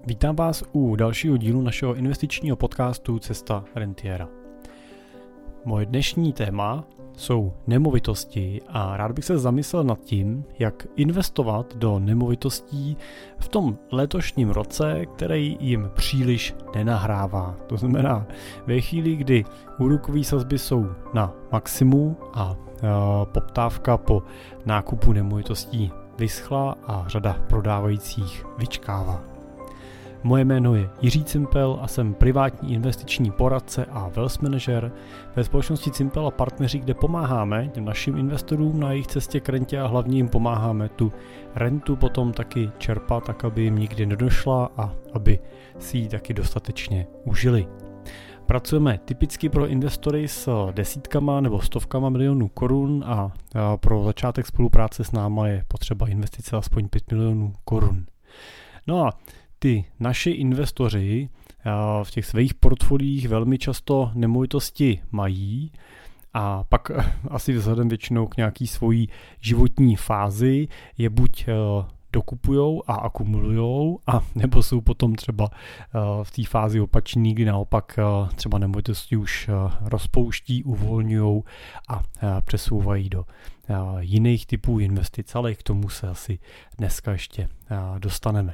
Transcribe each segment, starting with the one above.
Vítám vás u dalšího dílu našeho investičního podcastu Cesta rentiera. Moje dnešní téma jsou nemovitosti a rád bych se zamyslel nad tím, jak investovat do nemovitostí v tom letošním roce, který jim příliš nenahrává. To znamená, ve chvíli, kdy úrokové sazby jsou na maximu a poptávka po nákupu nemovitostí vyschla a řada prodávajících vyčkává. Moje jméno je Jiří Cimpel a jsem privátní investiční poradce a wealth manager ve společnosti Cimpel a partneři, kde pomáháme našim investorům na jejich cestě k rentě a hlavně jim pomáháme tu rentu potom taky čerpat, tak aby jim nikdy nedošla a aby si ji taky dostatečně užili. Pracujeme typicky pro investory s desítkama nebo stovkama milionů korun a pro začátek spolupráce s náma je potřeba investice aspoň 5 milionů korun. No a ty naši investoři v těch svých portfoliích velmi často nemovitosti mají a pak asi vzhledem většinou k nějaký svojí životní fázi je buď dokupujou a akumulujou, a nebo jsou potom třeba v té fázi opačný, kdy naopak třeba nemovitosti už rozpouští, uvolňují a přesouvají do jiných typů investic, ale k tomu se asi dneska ještě dostaneme.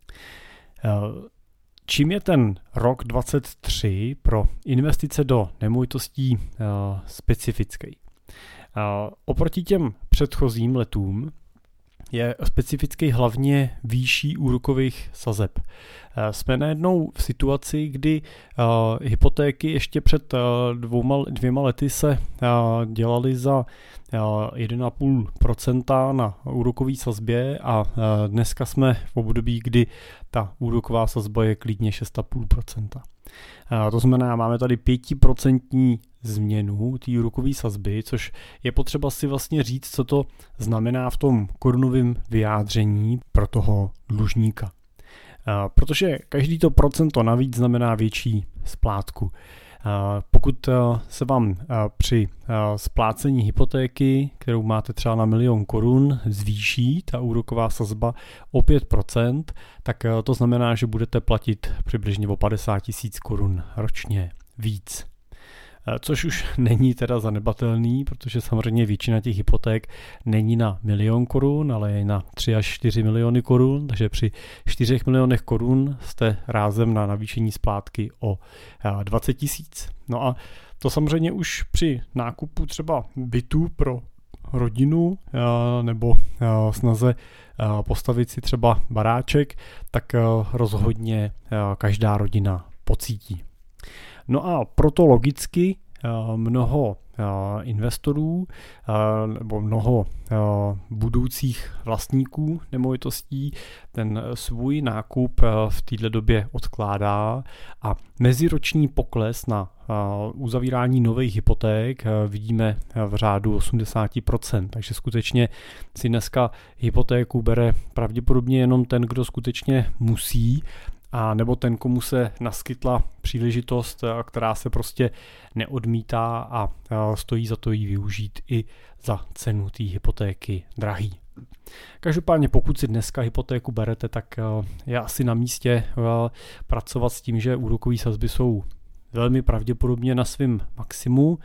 Čím je ten rok 2023 pro investice do nemovitostí specifický? Oproti těm předchozím letům je specifický hlavně výší úrokových sazeb. Jsme najednou v situaci, kdy hypotéky ještě před dvěma lety se dělaly za 1,5% na úrokové sazbě a dneska jsme v období, kdy ta úroková sazba je klidně 6,5%. To znamená, máme tady 5% změnu té úrokové sazby, což je potřeba si vlastně říct, co to znamená v tom korunovém vyjádření pro toho dlužníka. Protože každý to procento navíc znamená větší splátku. Pokud se vám při splácení hypotéky, kterou máte třeba na 1 000 000 korun, zvýší ta úroková sazba o 5%, tak to znamená, že budete platit přibližně o 50 000 korun ročně víc. Což už není teda zanedbatelný, protože samozřejmě většina těch hypoték není na 1 000 000 korun, ale je na 3 až 4 miliony korun, takže při 4 milionech korun jste rázem na navýšení splátky o 20 000. No a to samozřejmě už při nákupu třeba bytu pro rodinu nebo snaze postavit si třeba baráček, tak rozhodně každá rodina pocítí. No a proto logicky mnoho investorů nebo mnoho budoucích vlastníků nemovitostí ten svůj nákup v této době odkládá a meziroční pokles na uzavírání nových hypoték vidíme v řádu 80%, takže skutečně si dneska hypotéku bere pravděpodobně jenom ten, kdo skutečně musí, a nebo ten, komu se naskytla příležitost, která se prostě neodmítá a stojí za to ji využít i za cenu té hypotéky drahý. Každopádně pokud si dneska hypotéku berete, tak je asi na místě pracovat s tím, že úrokové sazby jsou velmi pravděpodobně na svém maximu.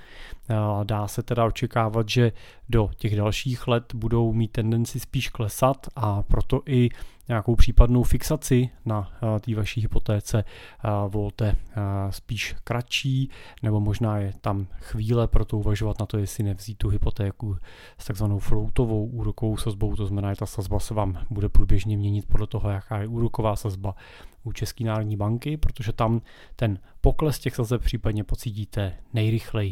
Dá se teda očekávat, že do těch dalších let budou mít tendenci spíš klesat a proto i nějakou případnou fixaci na té vaší hypotéce volte spíš kratší, nebo možná je tam chvíle pro to uvažovat na to, jestli nevzít tu hypotéku s takzvanou floatovou úrokovou sazbou, to znamená, že ta sazba se vám bude průběžně měnit podle toho, jaká je úroková sazba u České národní banky, protože tam ten pokles těch sazeb případně pocítíte nejrychleji.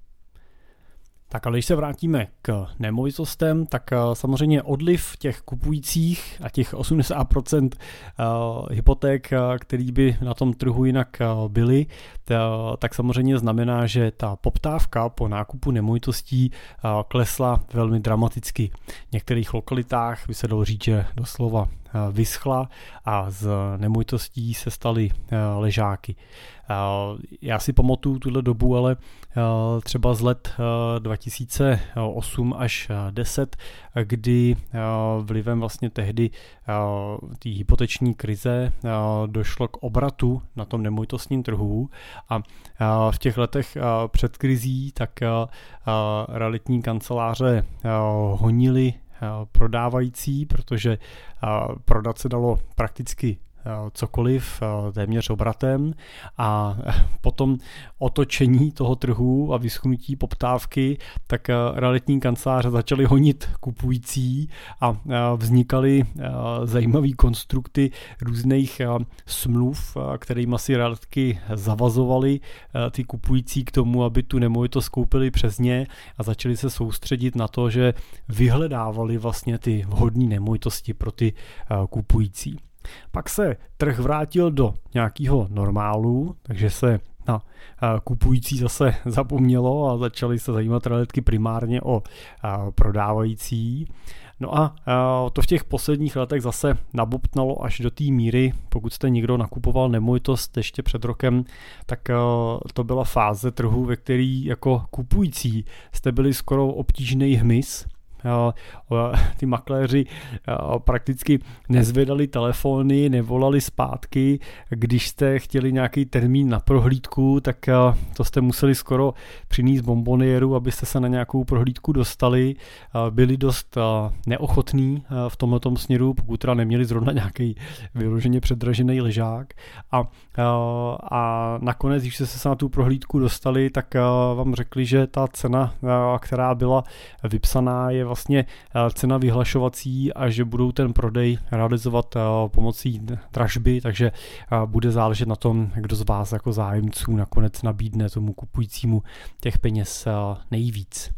Tak ale když se vrátíme k nemovitostem, tak samozřejmě odliv těch kupujících a těch 80% hypoték, který by na tom trhu jinak byly, tak samozřejmě znamená, že ta poptávka po nákupu nemovitostí klesla velmi dramaticky. V některých lokalitách by se dalo říct, že doslova vyschla a z nemovitostí se staly ležáky. Já si pamatuju tuhle dobu, ale třeba z let 2008 až 10, kdy vlivem vlastně tehdy té hypoteční krize došlo k obratu na tom nemovitostním trhu a v těch letech před krizí tak realitní kanceláře honily prodávající, protože prodat se dalo prakticky cokoliv téměř obratem a potom otočení toho trhu a vyschnutí poptávky, tak realitní kanceláře začaly honit kupující a vznikaly zajímavé konstrukty různých smluv, kterými si realitky zavazovaly ty kupující k tomu, aby tu nemovitost koupili přes ně a začali se soustředit na to, že vyhledávali vlastně ty vhodné nemovitosti pro ty kupující. Pak se trh vrátil do nějakého normálu, takže se na kupující zase zapomnělo a začaly se zajímat realitky primárně o prodávající. No a to v těch posledních letech zase nabobtnalo až do té míry, pokud jste někdo nakupoval nemovitost ještě před rokem, tak to byla fáze trhu, ve který jako kupující jste byli skoro obtížný hmyz. Ty makléři prakticky nezvedali telefony, nevolali zpátky, když jste chtěli nějaký termín na prohlídku, tak to jste museli skoro přinést bomboniéru, abyste se na nějakou prohlídku dostali. Byli dost neochotní v tomhletom směru, pokud teda neměli zrovna nějaký vyloženě předražený ležák a nakonec, když jste se na tu prohlídku dostali, tak vám řekli, že ta cena, která byla vypsaná, je vlastně cena vyhlašovací a že budou ten prodej realizovat pomocí dražby, takže bude záležet na tom, kdo z vás jako zájemců nakonec nabídne tomu kupujícímu těch peněz nejvíc.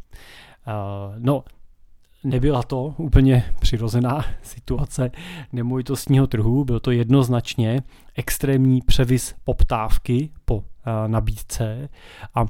No, nebyla to úplně přirozená situace nemovitostního trhu, byl to jednoznačně extrémní převis poptávky po nabídce a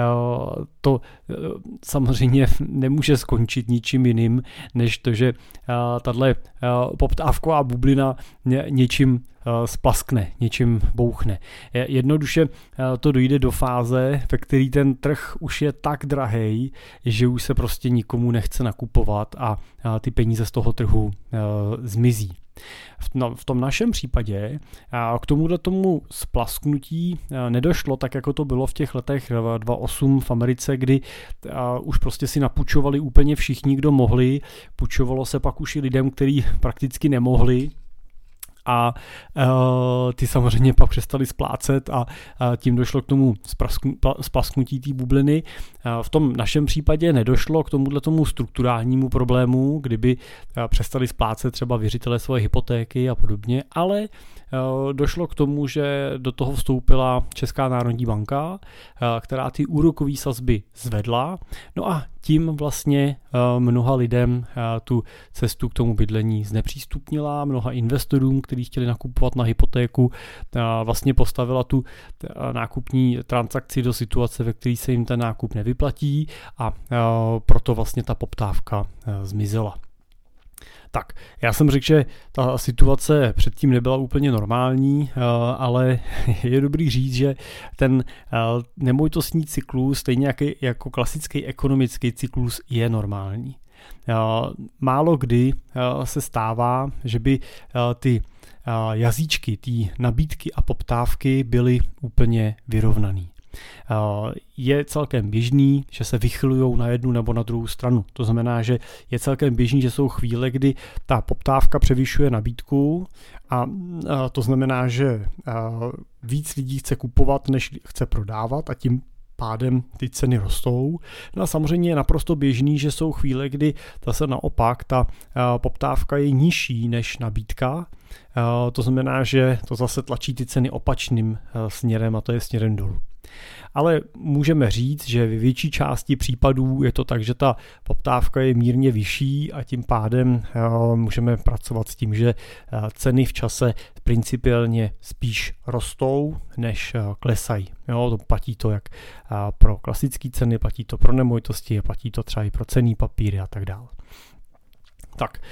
to samozřejmě nemůže skončit ničím jiným, než to, že tahle poptávková bublina něčím splaskne, něčím bouchne. Jednoduše to dojde do fáze, ve který ten trh už je tak drahej, že už se prostě nikomu nechce nakupovat a ty peníze z toho trhu zmizí. V tom našem případě k tomu splasknutí nedošlo tak, jako to bylo v těch letech 2008 v Americe, kdy už prostě si napůjčovali úplně všichni, kdo mohli. Půjčovalo se pak už i lidem, kteří prakticky nemohli. A ty samozřejmě pak přestali splácet a tím došlo k tomu splasknutí té bubliny. V tom našem případě nedošlo k tomu strukturálnímu problému, kdyby přestali splácet třeba věřitelé svoje hypotéky a podobně, ale došlo k tomu, že do toho vstoupila Česká národní banka, která ty úrokové sazby zvedla, no a tím vlastně mnoha lidem tu cestu k tomu bydlení znepřístupnila, mnoha investorům, kteří chtěli nakupovat na hypotéku, vlastně postavila tu nákupní transakci do situace, ve které se jim ten nákup nevyplatí a proto vlastně ta poptávka zmizela. Tak, já jsem řekl, že ta situace předtím nebyla úplně normální, ale je dobrý říct, že ten nemovitostní cyklus, stejně jako klasický ekonomický cyklus, je normální. Málo kdy se stává, že by ty jazyčky, ty nabídky a poptávky byly úplně vyrovnaný. Je celkem běžný, že se vychylují na jednu nebo na druhou stranu. To znamená, že je celkem běžný, že jsou chvíle, kdy ta poptávka převyšuje nabídku a to znamená, že víc lidí chce kupovat, než chce prodávat a tím pádem ty ceny rostou. No a samozřejmě je naprosto běžný, že jsou chvíle, kdy zase naopak ta poptávka je nižší než nabídka. To znamená, že to zase tlačí ty ceny opačným směrem a to je směrem dolů. Ale můžeme říct, že ve větší části případů je to tak, že ta poptávka je mírně vyšší a tím pádem můžeme pracovat s tím, že ceny v čase principiálně spíš rostou, než klesají. Jo, to platí to jak pro klasické ceny, platí to pro nemovitosti, platí to třeba i pro cenný papíry a tak dále. Tak,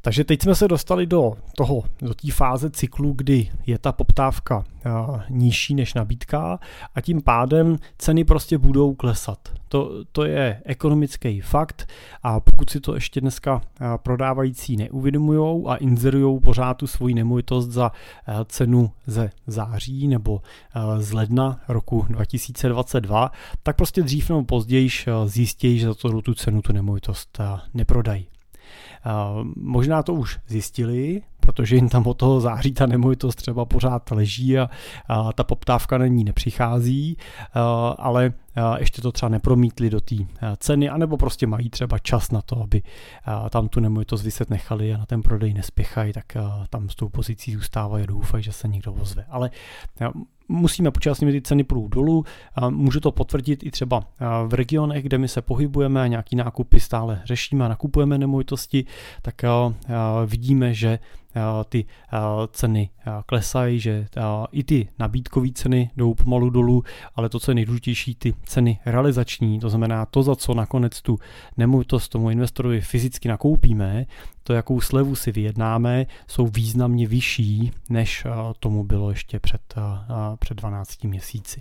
Takže teď jsme se dostali do té fáze cyklu, kdy je ta poptávka nižší než nabídka a tím pádem ceny prostě budou klesat. To je ekonomický fakt a pokud si to ještě dneska prodávající neuvědomujou a inzerujou pořád tu svoji nemovitost za cenu ze září nebo z ledna roku 2022, tak prostě dřív nebo později zjistí, že za tu cenu tu nemovitost neprodají. Možná to už zjistili, protože jim tam od toho září ta nemovitost třeba pořád leží a ta poptávka na ní nepřichází, ale ještě to třeba nepromítli do té ceny, anebo prostě mají třeba čas na to, aby tam tu nemovitost vyset nechali a na ten prodej nespěchají, tak tam s tou pozicí zůstávají a doufají, že se někdo ozve. Ale musíme počítat s nimi, ty ceny půjdou dolů. Můžu to potvrdit i třeba v regionech, kde my se pohybujeme a nějaký nákupy stále řešíme a nakupujeme nemovitosti, tak vidíme, že ty ceny klesají, že i ty nabídkové ceny jdou pomalu dolů, ale to, co je nejdůležitější, ty ceny realizační, to znamená to, za co nakonec tu nemovitost tomu investorovi fyzicky nakoupíme, to, jakou slevu si vyjednáme, jsou významně vyšší, než tomu bylo ještě před 12 měsíci.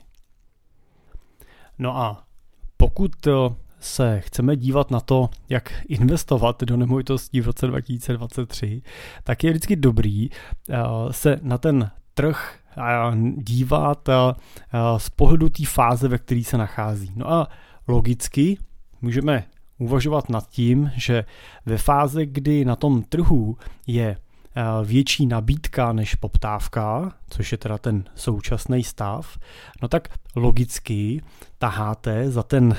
No a pokud se chceme dívat na to, jak investovat do nemovitostí v roce 2023, tak je vždycky dobrý se na ten trh dívat z pohledu té fáze, ve které se nachází. No a logicky můžeme uvažovat nad tím, že ve fázi, kdy na tom trhu je větší nabídka než poptávka, což je teda ten současný stav, no tak logicky taháte za ten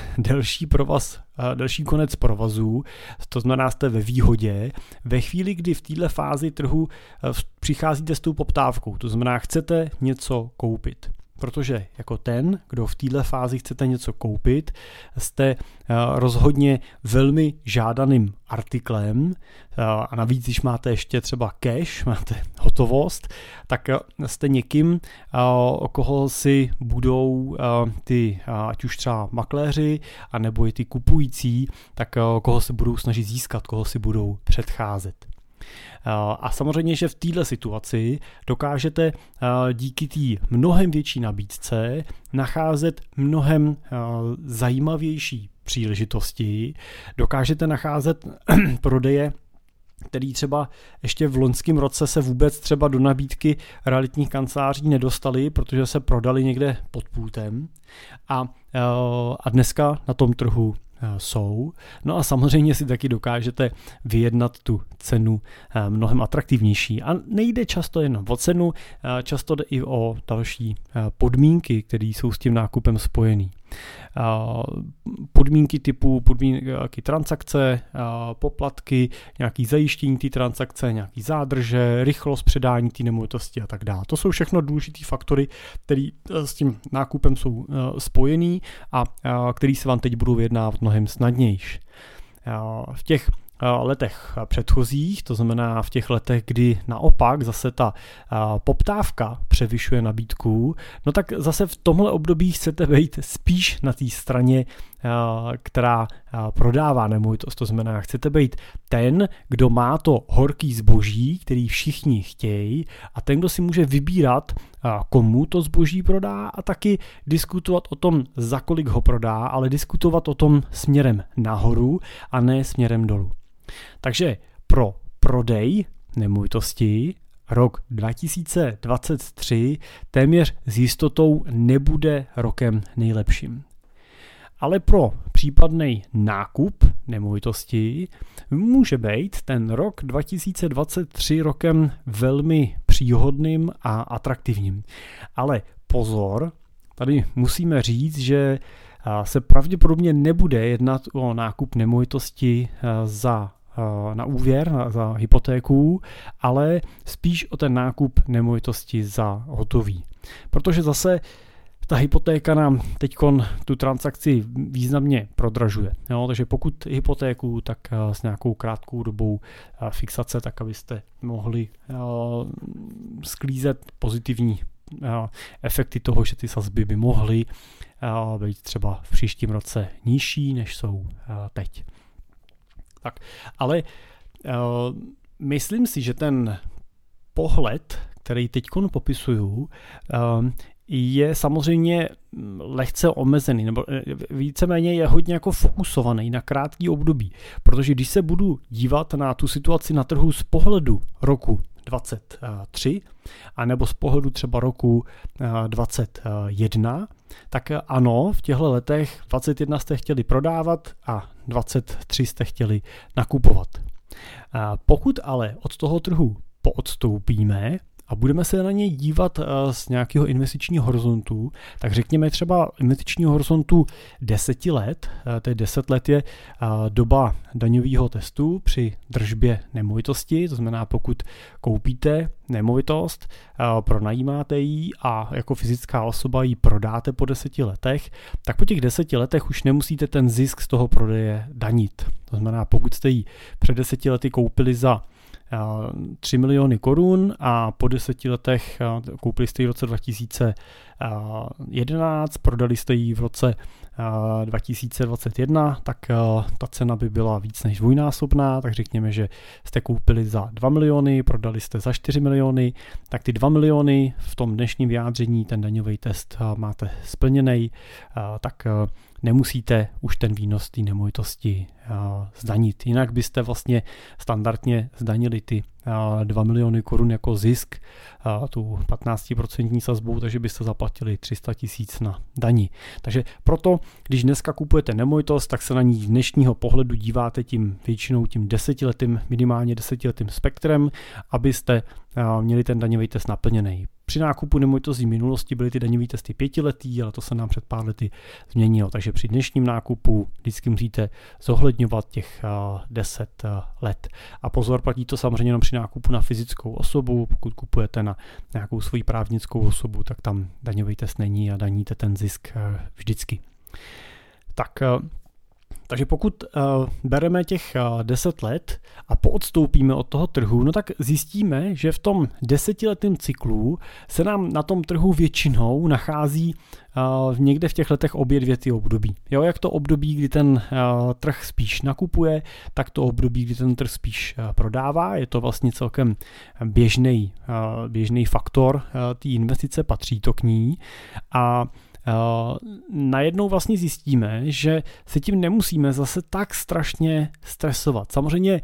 delší konec provazu, to znamená, jste ve výhodě, ve chvíli, kdy v této fázi trhu přicházíte s tou poptávkou, to znamená, chcete něco koupit. Protože jako ten, kdo v této fázi chcete něco koupit, jste rozhodně velmi žádaným artiklem a navíc, když máte ještě třeba cash, máte hotovost, tak jste někým, o koho si budou ty, ať už třeba makléři, anebo i ty kupující, tak koho se budou snažit získat, koho si budou předcházet. A samozřejmě, že v této situaci dokážete díky té mnohem větší nabídce nacházet mnohem zajímavější příležitosti, dokážete nacházet prodeje, který třeba ještě v loňském roce se vůbec třeba do nabídky realitních kanceláří nedostali, protože se prodali někde pod pultem a dneska na tom trhu jsou. No a samozřejmě si taky dokážete vyjednat tu cenu mnohem atraktivnější. A nejde často jen o cenu, často jde i o další podmínky, které jsou s tím nákupem spojený. Podmínky typu podmínky transakce, poplatky, nějaký zajištění té transakce, nějaký zádrže, rychlost předání té nemovitosti a tak dále. To jsou všechno důležitý faktory, které s tím nákupem jsou spojený a který se vám teď budou vyjednávat mnohem snadnější. V těch letech předchozích, to znamená v těch letech, kdy naopak zase ta poptávka převyšuje nabídku, no tak zase v tomhle období chcete být spíš na té straně, která prodává nemovitost. To znamená, chcete být ten, kdo má to horký zboží, který všichni chtějí a ten, kdo si může vybírat, komu to zboží prodá a taky diskutovat o tom, za kolik ho prodá, ale diskutovat o tom směrem nahoru a ne směrem dolů. Takže pro prodej nemovitosti rok 2023 téměř s jistotou nebude rokem nejlepším. Ale pro případný nákup nemovitosti může být ten rok 2023 rokem velmi příhodným a atraktivním. Ale pozor, tady musíme říct, že se pravděpodobně nebude jednat o nákup nemovitosti na úvěr, za hypotéku, ale spíš o ten nákup nemovitosti za hotový. Protože zase ta hypotéka nám teďkon tu transakci významně prodražuje. Jo, takže pokud hypotéku, tak s nějakou krátkou dobou fixace, tak abyste mohli sklízet pozitivní efekty toho, že ty sazby by mohly být třeba v příštím roce nižší, než jsou teď. Tak, ale myslím si, že ten pohled, který teď popisuju, je samozřejmě lehce omezený, nebo víceméně je hodně jako fokusovaný na krátký období, protože když se budu dívat na tu situaci na trhu z pohledu roku 23, anebo z pohledu třeba roku 21, tak ano, v těchto letech 21 jste chtěli prodávat a 23 jste chtěli nakupovat. Pokud ale od toho trhu poodstoupíme a budeme se na něj dívat z nějakého investičního horizontu, tak řekněme třeba investičního horizontu 10 let, tedy 10 let je doba daňového testu při držbě nemovitosti, to znamená pokud koupíte nemovitost, pronajímáte ji a jako fyzická osoba ji prodáte po 10 letech, tak po těch 10 letech už nemusíte ten zisk z toho prodeje danit. To znamená, pokud jste ji před 10 lety koupili za 3 miliony korun a po 10 letech koupili jste ji v roce 2011, prodali jste ji v roce 2021, tak ta cena by byla víc než dvojnásobná, tak řekněme, že jste koupili za 2 miliony, prodali jste za 4 miliony, tak ty 2 miliony v tom dnešním vyjádření ten daňový test máte splněný, tak nemusíte už ten výnos té nemovitosti zdanit. Jinak byste vlastně standardně zdanili ty 2 miliony korun jako zisk, tu 15% sazbou, takže byste zaplatili 300 000 na dani. Takže proto, když dneska kupujete nemovitost, tak se na ní z dnešního pohledu díváte většinou tím 10letým, minimálně 10letým spektrem, abyste měli ten daňový test naplněný. Při nákupu nemovitostí v minulosti byly ty daňové testy 5letý, ale to se nám před pár lety změnilo. Takže při dnešním nákupu vždycky musíte zohledňovat těch 10 let. A pozor, platí to samozřejmě jenom při nákupu na fyzickou osobu. Pokud kupujete na nějakou svoji právnickou osobu, tak tam daňový test není a daníte ten zisk vždycky. Takže pokud bereme těch 10 let a poodstoupíme od toho trhu, no tak zjistíme, že v tom 10letém cyklu se nám na tom trhu většinou nachází někde v těch letech obě dvě ty období. Jo, jak to období, kdy ten trh spíš nakupuje, tak to období, kdy ten trh spíš prodává. Je to vlastně celkem běžný faktor té investice, patří to k ní a najednou vlastně zjistíme, že se tím nemusíme zase tak strašně stresovat. Samozřejmě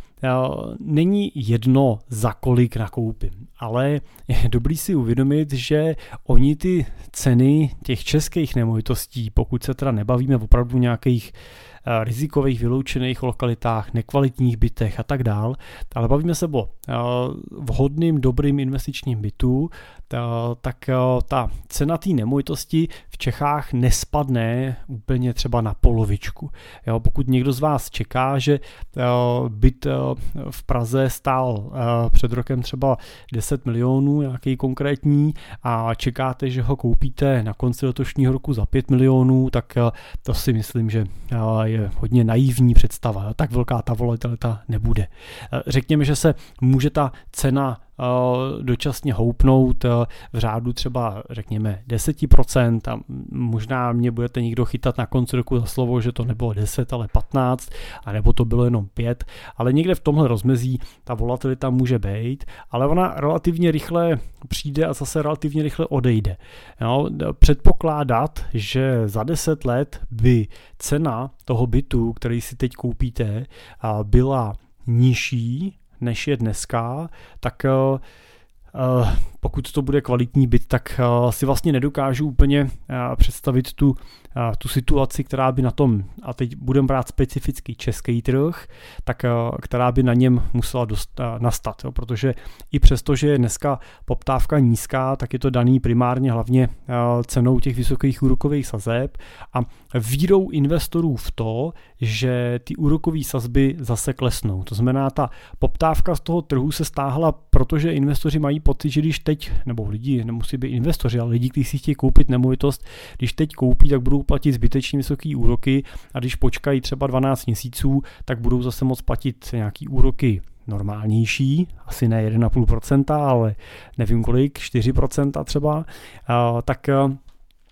není jedno, za kolik nakoupím, ale je dobrý si uvědomit, že oni ty ceny těch českých nemovitostí, pokud se teda nebavíme opravdu nějakých rizikových vyloučených lokalitách, nekvalitních bytech a tak dál, ale bavíme se o vhodným, dobrým investičním bytu, tak ta cena té nemovitosti v Čechách nespadne úplně třeba na polovičku. Jo, pokud někdo z vás čeká, že byt v Praze stál před rokem třeba 10 milionů, nějaký konkrétní, a čekáte, že ho koupíte na konci letošního roku za 5 milionů, tak to si myslím, že je hodně naivní představa. Tak velká ta volatilita nebude. Řekněme, že se může ta cena dočasně houpnout v řádu třeba řekněme 10% a možná mě budete někdo chytat na konci roku za slovo, že to nebylo 10, ale 15, anebo to bylo jenom 5, ale někde v tomhle rozmezí ta volatilita může být, ale ona relativně rychle přijde a zase relativně rychle odejde. Jo, předpokládat, že za 10 let by cena toho bytu, který si teď koupíte, byla nižší než je dneska, tak pokud to bude kvalitní byt, tak si vlastně nedokážu úplně představit tu situaci, která by na tom, a teď budeme brát specificky český trh, tak která by na něm musela nastat, jo, protože i přesto, že je dneska poptávka nízká, tak je to daný primárně hlavně cenou těch vysokých úrokových sazeb a vírou investorů v to, že ty úrokové sazby zase klesnou. To znamená, ta poptávka z toho trhu se stáhla, protože investoři mají pocit, že když teď, nebo lidi, nemusí být investoři, ale lidi, kteří si chtějí koupit nemovitost, když teď koupí, tak budou platit zbytečně vysoké úroky a když počkají třeba 12 měsíců, tak budou zase moct platit nějaký úroky normálnější, asi ne 1,5%, ale nevím kolik, 4% třeba, tak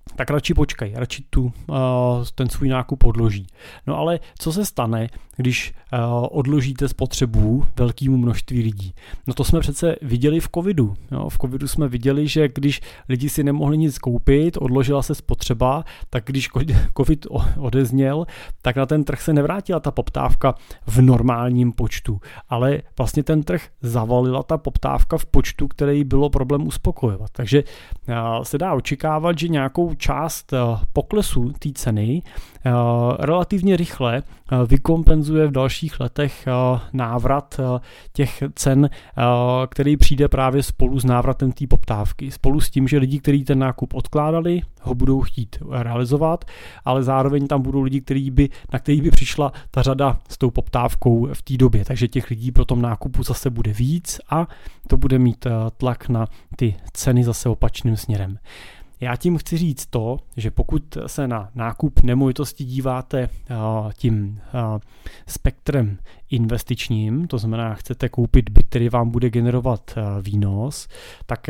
tak radši počkej, radši ten svůj nákup odloží. No ale co se stane, když odložíte spotřebu velkému množství lidí? No to jsme přece viděli v covidu. V covidu jsme viděli, že když lidi si nemohli nic koupit, odložila se spotřeba, tak když covid odezněl, tak na ten trh se nevrátila ta poptávka v normálním počtu, ale vlastně ten trh zavalila ta poptávka v počtu, který bylo problém uspokojovat. Takže se dá očekávat, že nějakou část poklesu té ceny relativně rychle vykompenzuje v dalších letech návrat těch cen, který přijde právě spolu s návratem té poptávky. Spolu s tím, že lidi, kteří ten nákup odkládali, ho budou chtít realizovat, ale zároveň tam budou lidi, na který by přišla ta řada s tou poptávkou v té době. Takže těch lidí pro tom nákupu zase bude víc a to bude mít tlak na ty ceny zase opačným směrem. Já tím chci říct to, že pokud se na nákup nemovitosti díváte tím spektrem investičním, to znamená, chcete koupit byt, který vám bude generovat výnos, tak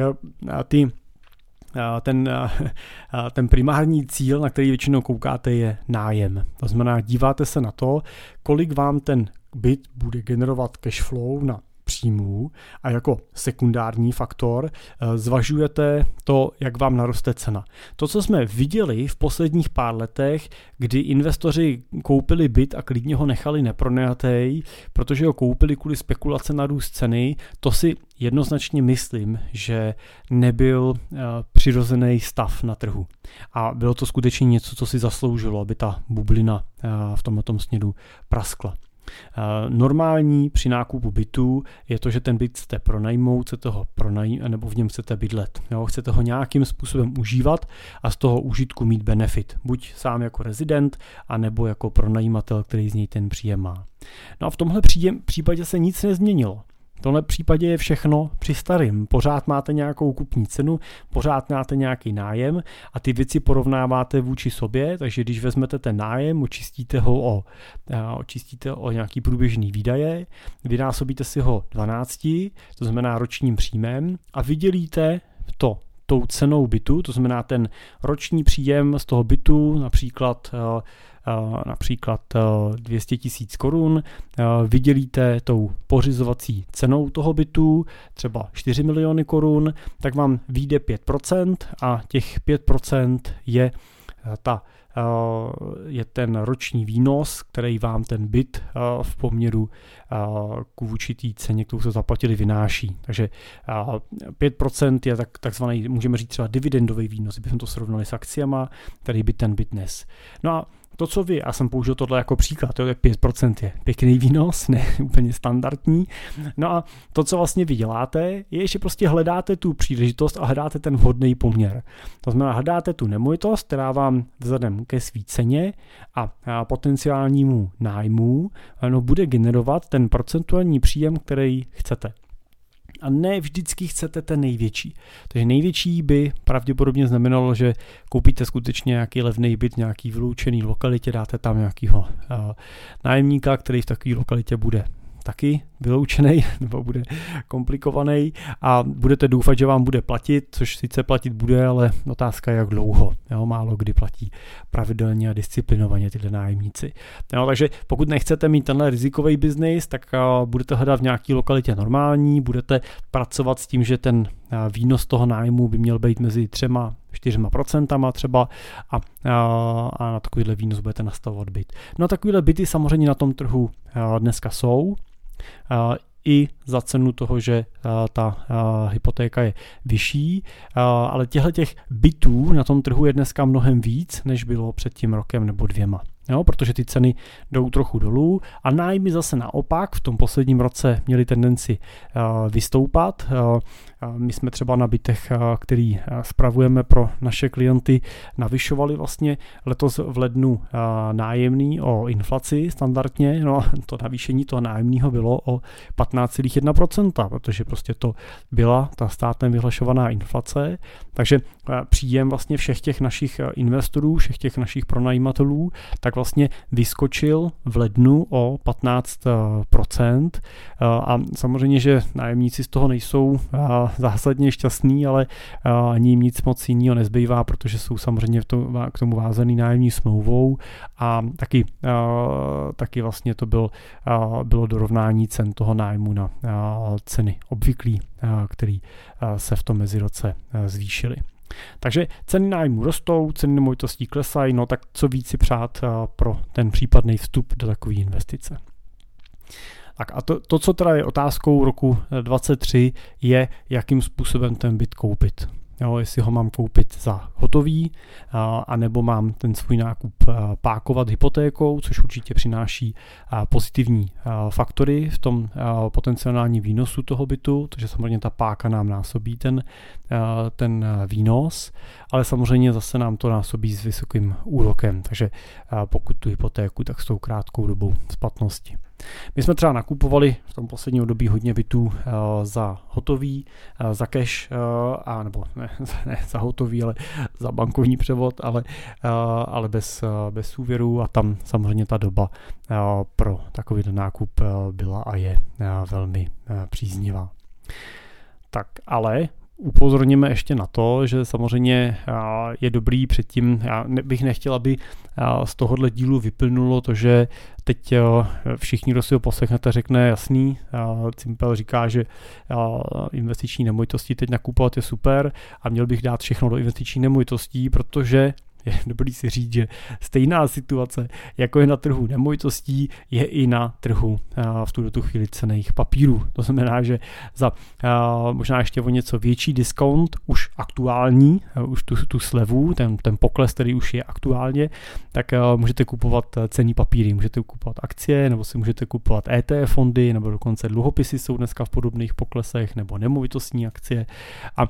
ten primární cíl, na který většinou koukáte, je nájem. To znamená, díváte se na to, kolik vám ten byt bude generovat cash flow na příjmů a jako sekundární faktor zvažujete to, jak vám naroste cena. To, co jsme viděli v posledních pár letech, kdy investoři koupili byt a klidně ho nechali nepronajatý, protože ho koupili kvůli spekulace na růst ceny, to si jednoznačně myslím, že nebyl přirozený stav na trhu. A bylo to skutečně něco, co si zasloužilo, aby ta bublina v tomto směru praskla. Normální při nákupu bytu je to, že ten byt chcete pronajmout, chcete ho nebo v něm chcete bydlet. Chcete ho nějakým způsobem užívat a z toho užitku mít benefit. Buď sám jako rezident, anebo jako pronajímatel, který z něj ten příjem má. No a v tomhle případě se nic nezměnilo. V tomhle případě je všechno při starým. Pořád máte nějakou kupní cenu, pořád máte nějaký nájem a ty věci porovnáváte vůči sobě, takže když vezmete ten nájem, očistíte o nějaký průběžný výdaje, vynásobíte si ho 12, to znamená ročním příjmem a vydělíte to tou cenou bytu, to znamená ten roční příjem z toho bytu, například 200 000 korun, vydělíte tou pořizovací cenou toho bytu, třeba 4 miliony korun, tak vám vyjde 5% a těch 5% je ten roční výnos, který vám ten byt v poměru k vůči té ceně, kterou se zaplatili, vynáší. Takže 5% je takzvaný, můžeme říct třeba dividendový výnos, kdybychom to srovnali s akciama, který by ten byt nes. No a to, co vy, já jsem použil tohle jako příklad, to je 5% je pěkný výnos, ne úplně standardní. No a to, co vlastně vy děláte, je, že prostě hledáte tu příležitost a hledáte ten vhodný poměr. To znamená, hledáte tu nemovitost, která vám vzhledem ke své ceně a potenciálnímu nájmu bude generovat ten procentuální příjem, který chcete. A ne vždycky chcete ten největší. Takže největší by pravděpodobně znamenalo, že koupíte skutečně nějaký levný byt v nějaký vyloučený lokalitě, dáte tam nějakého nájemníka, který v takové lokalitě bude taky vyloučený nebo bude komplikovaný a budete doufat, že vám bude platit, což sice platit bude, ale otázka je, jak dlouho. Málo kdy platí pravidelně a disciplinovaně tyhle nájemníci. Takže pokud nechcete mít tenhle rizikový biznis, tak budete hledat v nějaké lokalitě normální, budete pracovat s tím, že ten výnos toho nájmu by měl být mezi 3-4% třeba a na takovýhle výnos budete nastavovat byt. No a takovýhle byty samozřejmě na tom trhu dneska jsou, i za cenu toho, že ta hypotéka je vyšší, ale těch bytů na tom trhu je dneska mnohem víc, než bylo před tím rokem nebo 2. Protože ty ceny jdou trochu dolů a nájmy zase naopak v tom posledním roce měly tendenci vystoupat. My jsme třeba na bytech, který spravujeme pro naše klienty, navyšovali vlastně letos v lednu nájemný o inflaci standardně. No to navýšení toho nájemního bylo o 15,1%, protože prostě to byla ta státem vyhlašovaná inflace. Takže příjem vlastně všech těch našich investorů, všech těch našich pronajímatelů, tak vlastně vyskočil v lednu o 15%. A samozřejmě, že nájemníci z toho nejsou zásadně šťastní, ale ani jim nic moc jiného nezbývá, protože jsou samozřejmě k tomu vázaný nájemní smlouvou a taky vlastně to bylo dorovnání cen toho nájmu na ceny obvyklý, který se v tom meziroce zvýšily. Takže ceny nájmu rostou, ceny nemovitostí klesají, no tak co víc si přát pro ten případný vstup do takové investice. Tak a to, co teda je otázkou roku 2023, je, jakým způsobem ten byt koupit. Jo, jestli ho mám koupit za hotový, anebo mám ten svůj nákup pákovat hypotékou, což určitě přináší pozitivní faktory v tom potenciálním výnosu toho bytu, protože samozřejmě ta páka nám násobí ten výnos, ale samozřejmě zase nám to násobí s vysokým úrokem, takže pokud tu hypotéku, tak s tou krátkou dobou splatnosti. My jsme třeba nakupovali v tom posledním období hodně bytů za hotový, za cash, nebo ne za hotový, ale za bankovní převod, ale bez úvěru a tam samozřejmě ta doba pro takový nákup byla a je velmi příznivá. Tak ale upozorníme ještě na to, že samozřejmě je dobrý předtím, já bych nechtěl, aby z tohohle dílu vyplynulo to, že teď všichni, kdo si ho poslechnete, řekne jasný, Cimpel říká, že investiční nemovitosti teď nakupovat je super a měl bych dát všechno do investičních nemovitostí, protože je dobrý si říct, že stejná situace, jako je na trhu nemovitostí, je i na trhu v tuto chvíli cenných papírů. To znamená, že za možná ještě o něco větší diskont, už aktuální, už tu slevu, ten pokles, který už je aktuálně, tak můžete kupovat cenný papíry, můžete kupovat akcie, nebo si můžete kupovat ETF fondy, nebo dokonce dluhopisy jsou dneska v podobných poklesech, nebo nemovitostní akcie a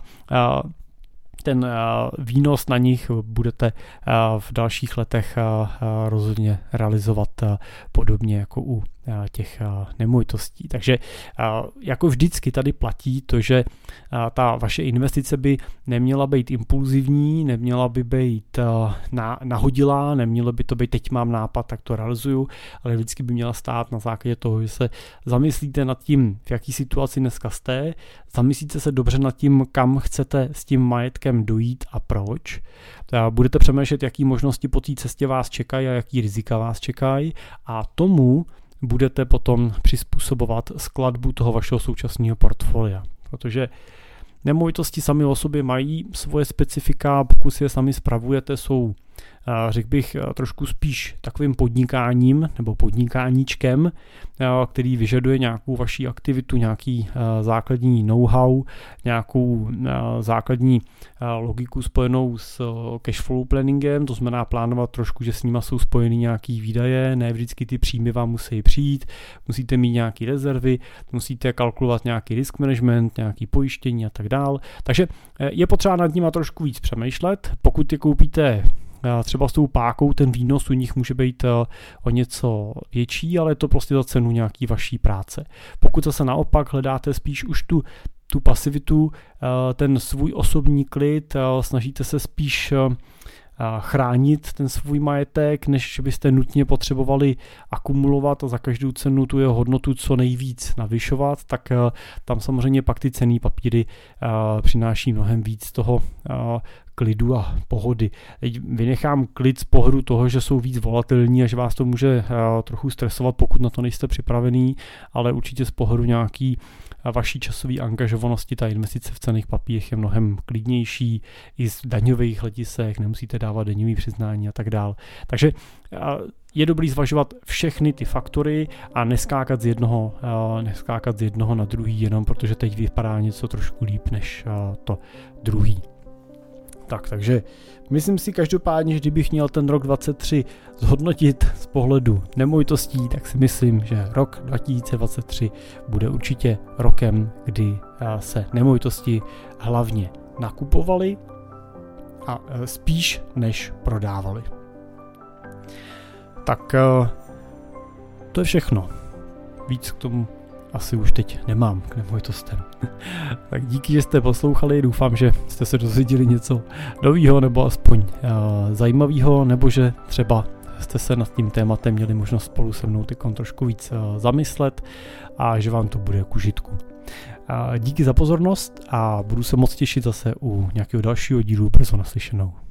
ten výnos na nich budete v dalších letech rozhodně realizovat podobně jako u těch nemovitostí. Takže jako vždycky tady platí to, že ta vaše investice by neměla být impulzivní, neměla by být nahodilá, nemělo by to být teď mám nápad, tak to realizuju, ale vždycky by měla stát na základě toho, že se zamyslíte nad tím, v jaký situaci dneska jste, zamyslíte se dobře nad tím, kam chcete s tím majetkem dojít a proč. Budete přemýšlet, jaký možnosti po té cestě vás čekají a jaký rizika vás čekají a tomu budete potom přizpůsobovat skladbu toho vašeho současného portfolia. Protože nemovitosti sami o sobě mají svoje specifika, pokud si je sami spravujete, jsou, řekl bych, trošku spíš takovým podnikáním nebo podnikáníčkem, který vyžaduje nějakou vaši aktivitu, nějaký základní know-how, nějakou základní logiku spojenou s cash flow planningem, to znamená plánovat trošku, že s nima jsou spojeny nějaký výdaje, ne vždycky ty příjmy vám musí přijít, musíte mít nějaké rezervy, musíte kalkulovat nějaký risk management, nějaký pojištění a tak dál. Takže je potřeba nad nima trošku víc přemýšlet. Pokud je koupíte třeba s tou pákou, ten výnos u nich může být o něco větší, ale je to prostě za cenu nějaký vaší práce. Pokud zase naopak hledáte spíš už tu pasivitu, ten svůj osobní klid, snažíte se spíš chránit ten svůj majetek, než byste nutně potřebovali akumulovat a za každou cenu tu jeho hodnotu co nejvíc navyšovat, tak tam samozřejmě pak ty cenné papíry přináší mnohem víc toho klidu a pohody. Teď vynechám klid z pohledu toho, že jsou víc volatilní a že vás to může trochu stresovat, pokud na to nejste připravený, ale určitě z pohledu nějaký vaší časové angažovanosti ta investice v cenných papírech je mnohem klidnější i z daňových hledisek, nemusíte dávat daňové přiznání a tak dál. Takže je dobrý zvažovat všechny ty faktory a neskákat z jednoho na druhý, jenom protože teď vypadá něco trošku líp než to druhý. Takže myslím si každopádně, že kdybych měl ten rok 2023 zhodnotit z pohledu nemovitostí, tak si myslím, že rok 2023 bude určitě rokem, kdy se nemovitosti hlavně nakupovaly a spíš než prodávaly. Tak to je všechno. Víc k tomu asi už teď nemám k nemovitostem. Tak díky, že jste poslouchali, doufám, že jste se dozvěděli něco nového nebo aspoň zajímavého, nebo že třeba jste se nad tím tématem měli možnost spolu se mnou trošku víc zamyslet a že vám to bude k užitku. Díky za pozornost a budu se moc těšit zase u nějakého dalšího dílu brzo naslyšenou.